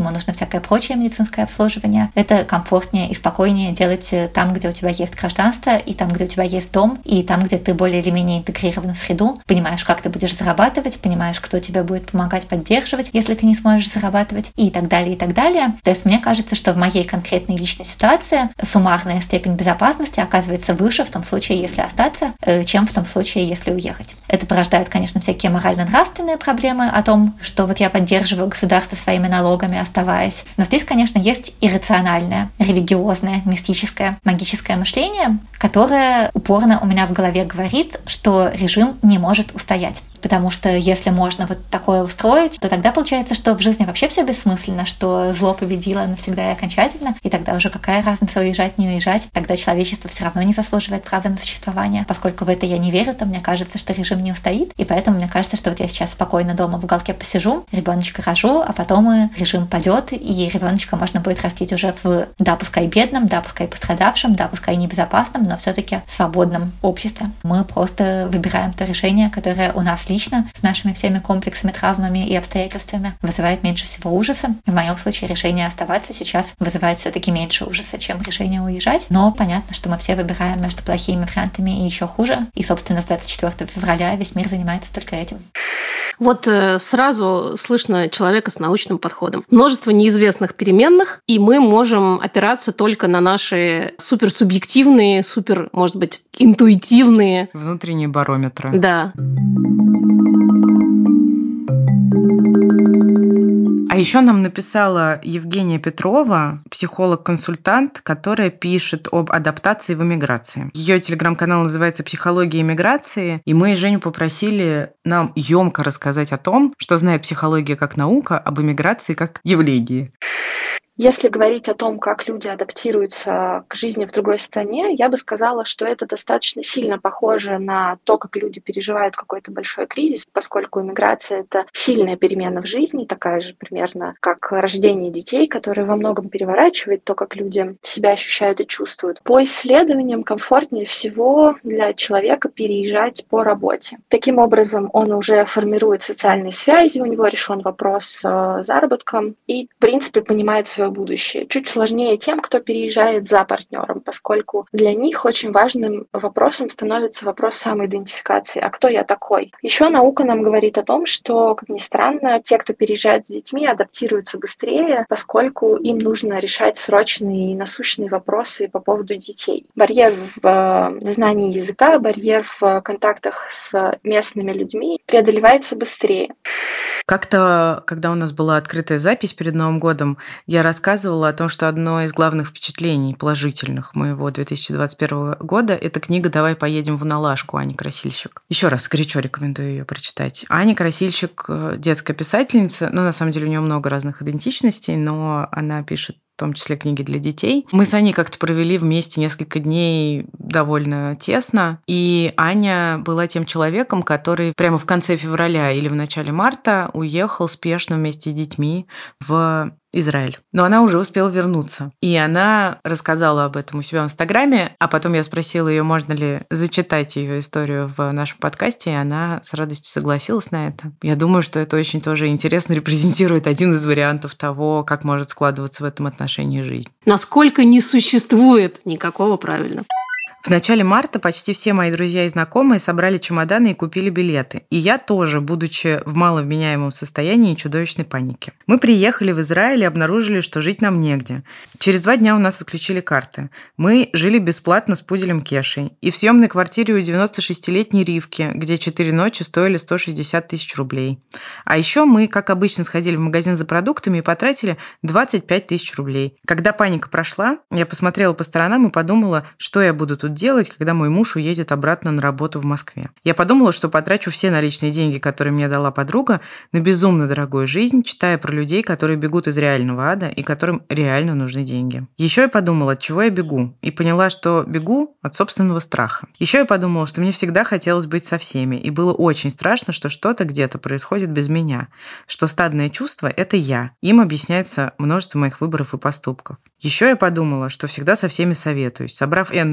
ему нужно всякое прочее медицинское обслуживание. Это комфортнее и спокойнее делать там, где у тебя есть гражданство, и там, где у тебя есть дом, и там, где ты более или менее интегрирован в среду, понимаешь, как ты будешь зарабатывать, понимаешь, кто тебе будет помогать, поддерживать, если ты не сможешь зарабатывать, и так далее, и так далее. То есть мне кажется, что в моей конкретной личной ситуации суммарная степень безопасности оказывается выше в том случае, если остаться, чем в том случае, если уехать. Это порождает, конечно, всякие морально-нравственные проблемы о том, что вот я поддерживаю государство своими налогами, оставаясь. Но здесь, конечно, есть иррациональное, религиозное, мистическое, магическое мышление, которое упорно у меня в голове говорит, что режим не может устоять. Потому что если можно вот такое устроить, то тогда получается, что в жизни вообще все бессмысленно, что зло победило навсегда и окончательно, и тогда уже какая разница, уезжать, не уезжать, тогда человечество все равно не заслуживает права на существование. Поскольку в это я не верю, то мне кажется, что режим не устоит, и поэтому мне кажется, что вот я сейчас спокойно дома в уголке посижу, ребеночка рожу, а потом и режим падет, и ребеночка можно будет растить уже в, да, пускай бедном, да, пускай пострадавшем, да, пускай небезопасном, но все-таки свободном обществе. Мы просто выбираем то решение, которое у нас лично, с нашими всеми комплексами, травмами и обстоятельствами, вызывает меньше всего ужаса. В моем случае решение оставаться сейчас вызывает все-таки меньше ужаса, чем решение уезжать. Но понятно, что мы все выбираем между плохими вариантами и еще хуже. И, собственно, с двадцать четвёртого февраля весь мир занимается только этим. Вот сразу слышно человека с научным подходом. Множество неизвестных переменных, и мы можем опираться только на наши суперсубъективные, супер, может быть, интуитивные... внутренние барометры. Да. А еще нам написала Евгения Петрова, психолог-консультант, которая пишет об адаптации в эмиграции. Ее телеграм-канал называется «Психология эмиграции», и мы Женю попросили нам емко рассказать о том, что знает психология как наука об эмиграции как явлении. Если говорить о том, как люди адаптируются к жизни в другой стране, я бы сказала, что это достаточно сильно похоже на то, как люди переживают какой-то большой кризис, поскольку иммиграция — это сильная перемена в жизни, такая же примерно, как рождение детей, которое во многом переворачивает то, как люди себя ощущают и чувствуют. По исследованиям комфортнее всего для человека переезжать по работе. Таким образом, он уже формирует социальные связи, у него решен вопрос с заработком и, в принципе, понимает свое будущее. Чуть сложнее тем, кто переезжает за партнером, поскольку для них очень важным вопросом становится вопрос самоидентификации. А кто я такой? Еще наука нам говорит о том, что, как ни странно, те, кто переезжают с детьми, адаптируются быстрее, поскольку им нужно решать срочные и насущные вопросы по поводу детей. Барьер в знании языка, барьер в контактах с местными людьми преодолевается быстрее. Как-то, когда у нас была открытая запись перед Новым годом, я рассказывала о том, что одно из главных впечатлений положительных моего две тысячи двадцать первого года – это книга «Давай поедем в Налажку» Ани Красильщик. Еще раз горячо рекомендую ее прочитать. Аня Красильщик – детская писательница, но на самом деле у нее много разных идентичностей, но она пишет в том числе книги для детей. Мы с Аней как-то провели вместе несколько дней довольно тесно, и Аня была тем человеком, который прямо в конце февраля или в начале марта уехал спешно вместе с детьми в Израиль. Но она уже успела вернуться. И она рассказала об этом у себя в Инстаграме, а потом я спросила ее, можно ли зачитать ее историю в нашем подкасте, и она с радостью согласилась на это. Я думаю, что это очень тоже интересно репрезентирует один из вариантов того, как может складываться в этом отношении жизнь. Насколько не существует никакого правильного. В начале марта почти все мои друзья и знакомые собрали чемоданы и купили билеты. И я тоже, будучи в маловменяемом состоянии чудовищной паники. Мы приехали в Израиль и обнаружили, что жить нам негде. Через два дня у нас отключили карты. Мы жили бесплатно с пуделем Кешей. И в съемной квартире у девяностошестилетней Ривки, где четыре ночи стоили сто шестьдесят тысяч рублей. А еще мы, как обычно, сходили в магазин за продуктами и потратили двадцать пять тысяч рублей. Когда паника прошла, я посмотрела по сторонам и подумала, что я буду тут делать, когда мой муж уедет обратно на работу в Москве. Я подумала, что потрачу все наличные деньги, которые мне дала подруга, на безумно дорогую жизнь, читая про людей, которые бегут из реального ада и которым реально нужны деньги. Еще я подумала, от чего я бегу, и поняла, что бегу от собственного страха. Еще я подумала, что мне всегда хотелось быть со всеми, и было очень страшно, что что-то где-то происходит без меня, что стадное чувство – это я. Им объясняется множество моих выборов и поступков. Еще я подумала, что всегда со всеми советуюсь. Собрав энное количество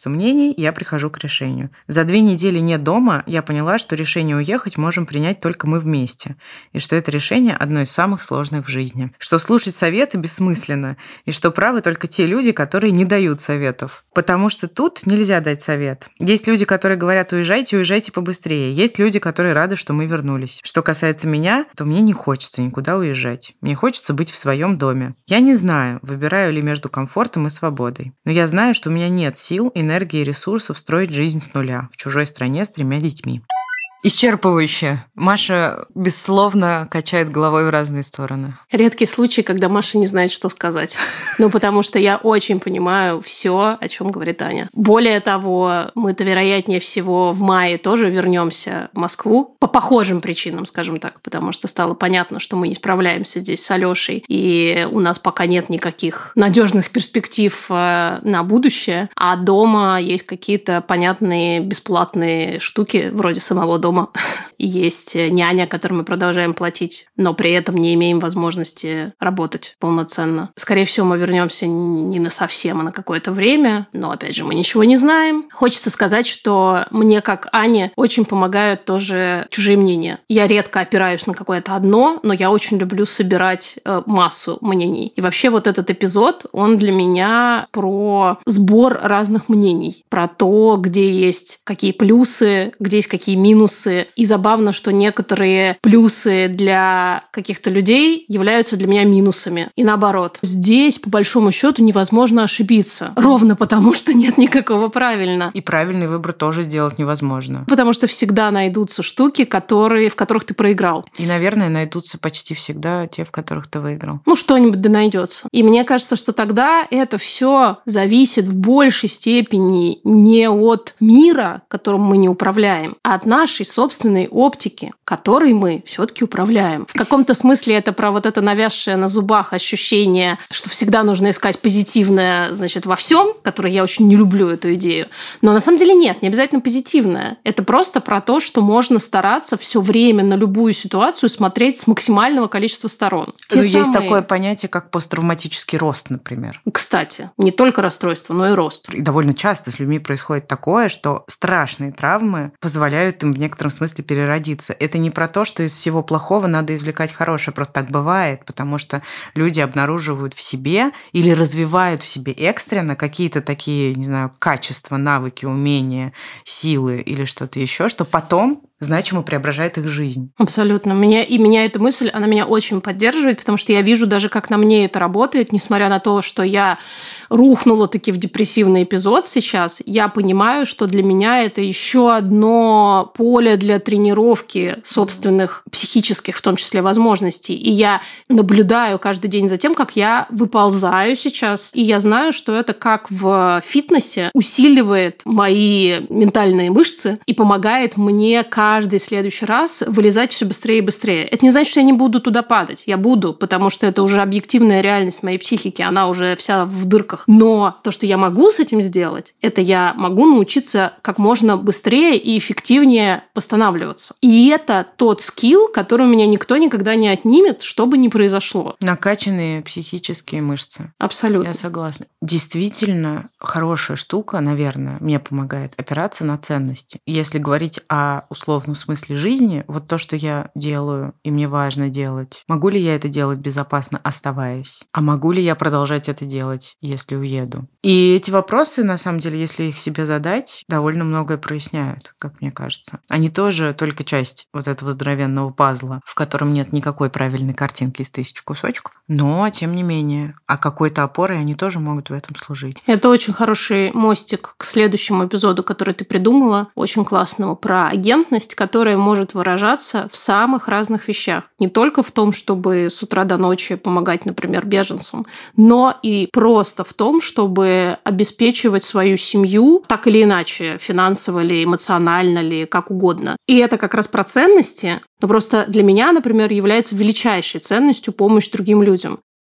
массу мнений, я прихожу к решению. За две недели не дома я поняла, что решение уехать можем принять только мы вместе, и что это решение одно из самых сложных в жизни. Что слушать советы бессмысленно, и что правы только те люди, которые не дают советов. Потому что тут нельзя дать совет. Есть люди, которые говорят: уезжайте, уезжайте побыстрее. Есть люди, которые рады, что мы вернулись. Что касается меня, то мне не хочется никуда уезжать. Мне хочется быть в своем доме. Я не знаю, выбираю ли между комфортом и свободой. Но я знаю, что у меня нет сил, энергии и ресурсов строить жизнь с нуля в чужой стране с тремя детьми. Исчерпывающе. Маша бессловно качает головой в разные стороны. Редкий случай, когда Маша не знает, что сказать. Ну, потому что я очень понимаю все, о чем говорит Аня. Более того, мы-то, вероятнее всего, в мае тоже вернемся в Москву. По похожим причинам, скажем так. Потому что стало понятно, что мы не справляемся здесь с Алешей. И у нас пока нет никаких надежных перспектив на будущее. А дома есть какие-то понятные бесплатные штуки, вроде самого дома. Дома. Есть няня, которой мы продолжаем платить, но при этом не имеем возможности работать полноценно. Скорее всего, мы вернемся не на совсем, а на какое-то время, но, опять же, мы ничего не знаем. Хочется сказать, что мне, как Ане, очень помогают тоже чужие мнения. Я редко опираюсь на какое-то одно, но я очень люблю собирать массу мнений. И вообще вот этот эпизод, он для меня про сбор разных мнений, про то, где есть какие плюсы, где есть какие минусы. И забавно, что некоторые плюсы для каких-то людей являются для меня минусами. И наоборот. Здесь, по большому счету, невозможно ошибиться. Ровно потому, что нет никакого правильно. И правильный выбор тоже сделать невозможно. Потому что всегда найдутся штуки, которые, в которых ты проиграл. И, наверное, найдутся почти всегда те, в которых ты выиграл. Ну, что-нибудь да найдется. И мне кажется, что тогда это все зависит в большей степени не от мира, которым мы не управляем, а от нашей собственной оптики, которой мы все-таки управляем. В каком-то смысле это про вот это навязшее на зубах ощущение, что всегда нужно искать позитивное, значит, во всем, которое я очень не люблю эту идею. Но на самом деле нет, не обязательно позитивное. Это просто про то, что можно стараться все время на любую ситуацию смотреть с максимального количества сторон. Ну, самые... Есть такое понятие, как посттравматический рост, например. Кстати, не только расстройство, но и рост. И довольно часто с людьми происходит такое, что страшные травмы позволяют им в некотором В некотором смысле переродиться. Это не про то, что из всего плохого надо извлекать хорошее. Просто так бывает, потому что люди обнаруживают в себе или развивают в себе экстренно какие-то такие, не знаю, качества, навыки, умения, силы или что-то еще, что потом значимо преображает их жизнь. Абсолютно. Меня, и меня эта мысль, она меня очень поддерживает, потому что я вижу даже, как на мне это работает, несмотря на то, что я рухнула таки в депрессивный эпизод сейчас, я понимаю, что для меня это еще одно поле для тренировки собственных психических, в том числе, возможностей. И я наблюдаю каждый день за тем, как я выползаю сейчас. И я знаю, что это как в фитнесе усиливает мои ментальные мышцы и помогает мне каждый следующий раз вылезать все быстрее и быстрее. Это не значит, что я не буду туда падать. Я буду, потому что это уже объективная реальность моей психики. Она уже вся в дырках. Но то, что я могу с этим сделать, это я могу научиться как можно быстрее и эффективнее восстанавливаться. И это тот скилл, который у меня никто никогда не отнимет, что бы ни произошло. Накачанные психические мышцы. Абсолютно. Я согласна. Действительно хорошая штука, наверное, мне помогает опираться на ценности. Если говорить о условном смысле жизни, вот то, что я делаю, и мне важно делать, могу ли я это делать безопасно, оставаясь? А могу ли я продолжать это делать, если уеду? И эти вопросы, на самом деле, если их себе задать, довольно многое проясняют, как мне кажется. Они тоже только часть вот этого здоровенного пазла, в котором нет никакой правильной картинки из тысячи кусочков, но, тем не менее, а какой-то опорой они тоже могут в этом служить. Это очень хороший мостик к следующему эпизоду, который ты придумала, очень классному, про агентность, которая может выражаться в самых разных вещах. Не только в том, чтобы с утра до ночи помогать, например, беженцам, но и просто в том, чтобы обеспечивать свою семью так или иначе, финансово ли, эмоционально ли, как угодно. И это как раз про ценности, но просто для меня, например, является величайшей ценностью помощь другим людям.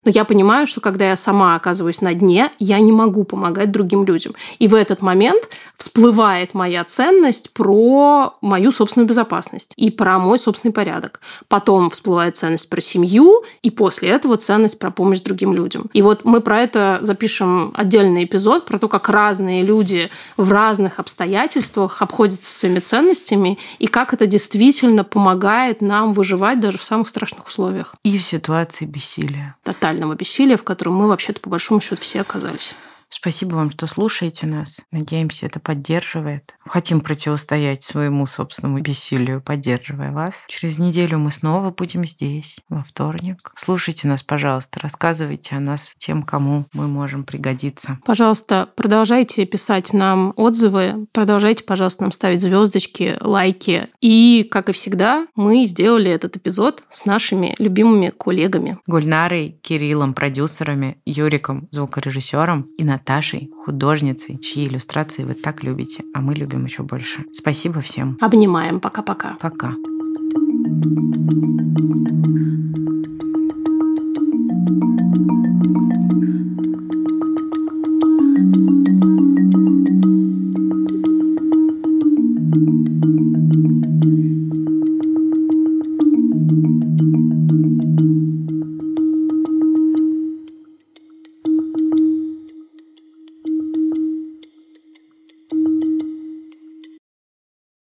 Но я понимаю, что когда я сама оказываюсь на дне, я не могу помогать другим людям. И в этот момент всплывает моя ценность про мою собственную безопасность и про мой собственный порядок. Потом всплывает ценность про семью, и после этого ценность про помощь другим людям. И вот мы про это запишем отдельный эпизод, про то, как разные люди в разных обстоятельствах обходятся своими ценностями, и как это действительно помогает нам выживать даже в самых страшных условиях. И в ситуации бессилия. Тотального бессилия, в котором мы вообще-то по большому счету все оказались. Спасибо вам, что слушаете нас. Надеемся, это поддерживает. Хотим противостоять своему собственному бессилию, поддерживая вас. Через неделю мы снова будем здесь, во вторник. Слушайте нас, пожалуйста, рассказывайте о нас тем, кому мы можем пригодиться. Пожалуйста, продолжайте писать нам отзывы, продолжайте, пожалуйста, нам ставить звездочки, лайки. И, как и всегда, мы сделали этот эпизод с нашими любимыми коллегами. Гульнарой, Кириллом, продюсерами, Юриком, звукорежиссером и Наташей, художницей, чьи иллюстрации вы так любите, а мы любим еще больше. Спасибо всем. Обнимаем. Пока-пока. Пока. Thank you.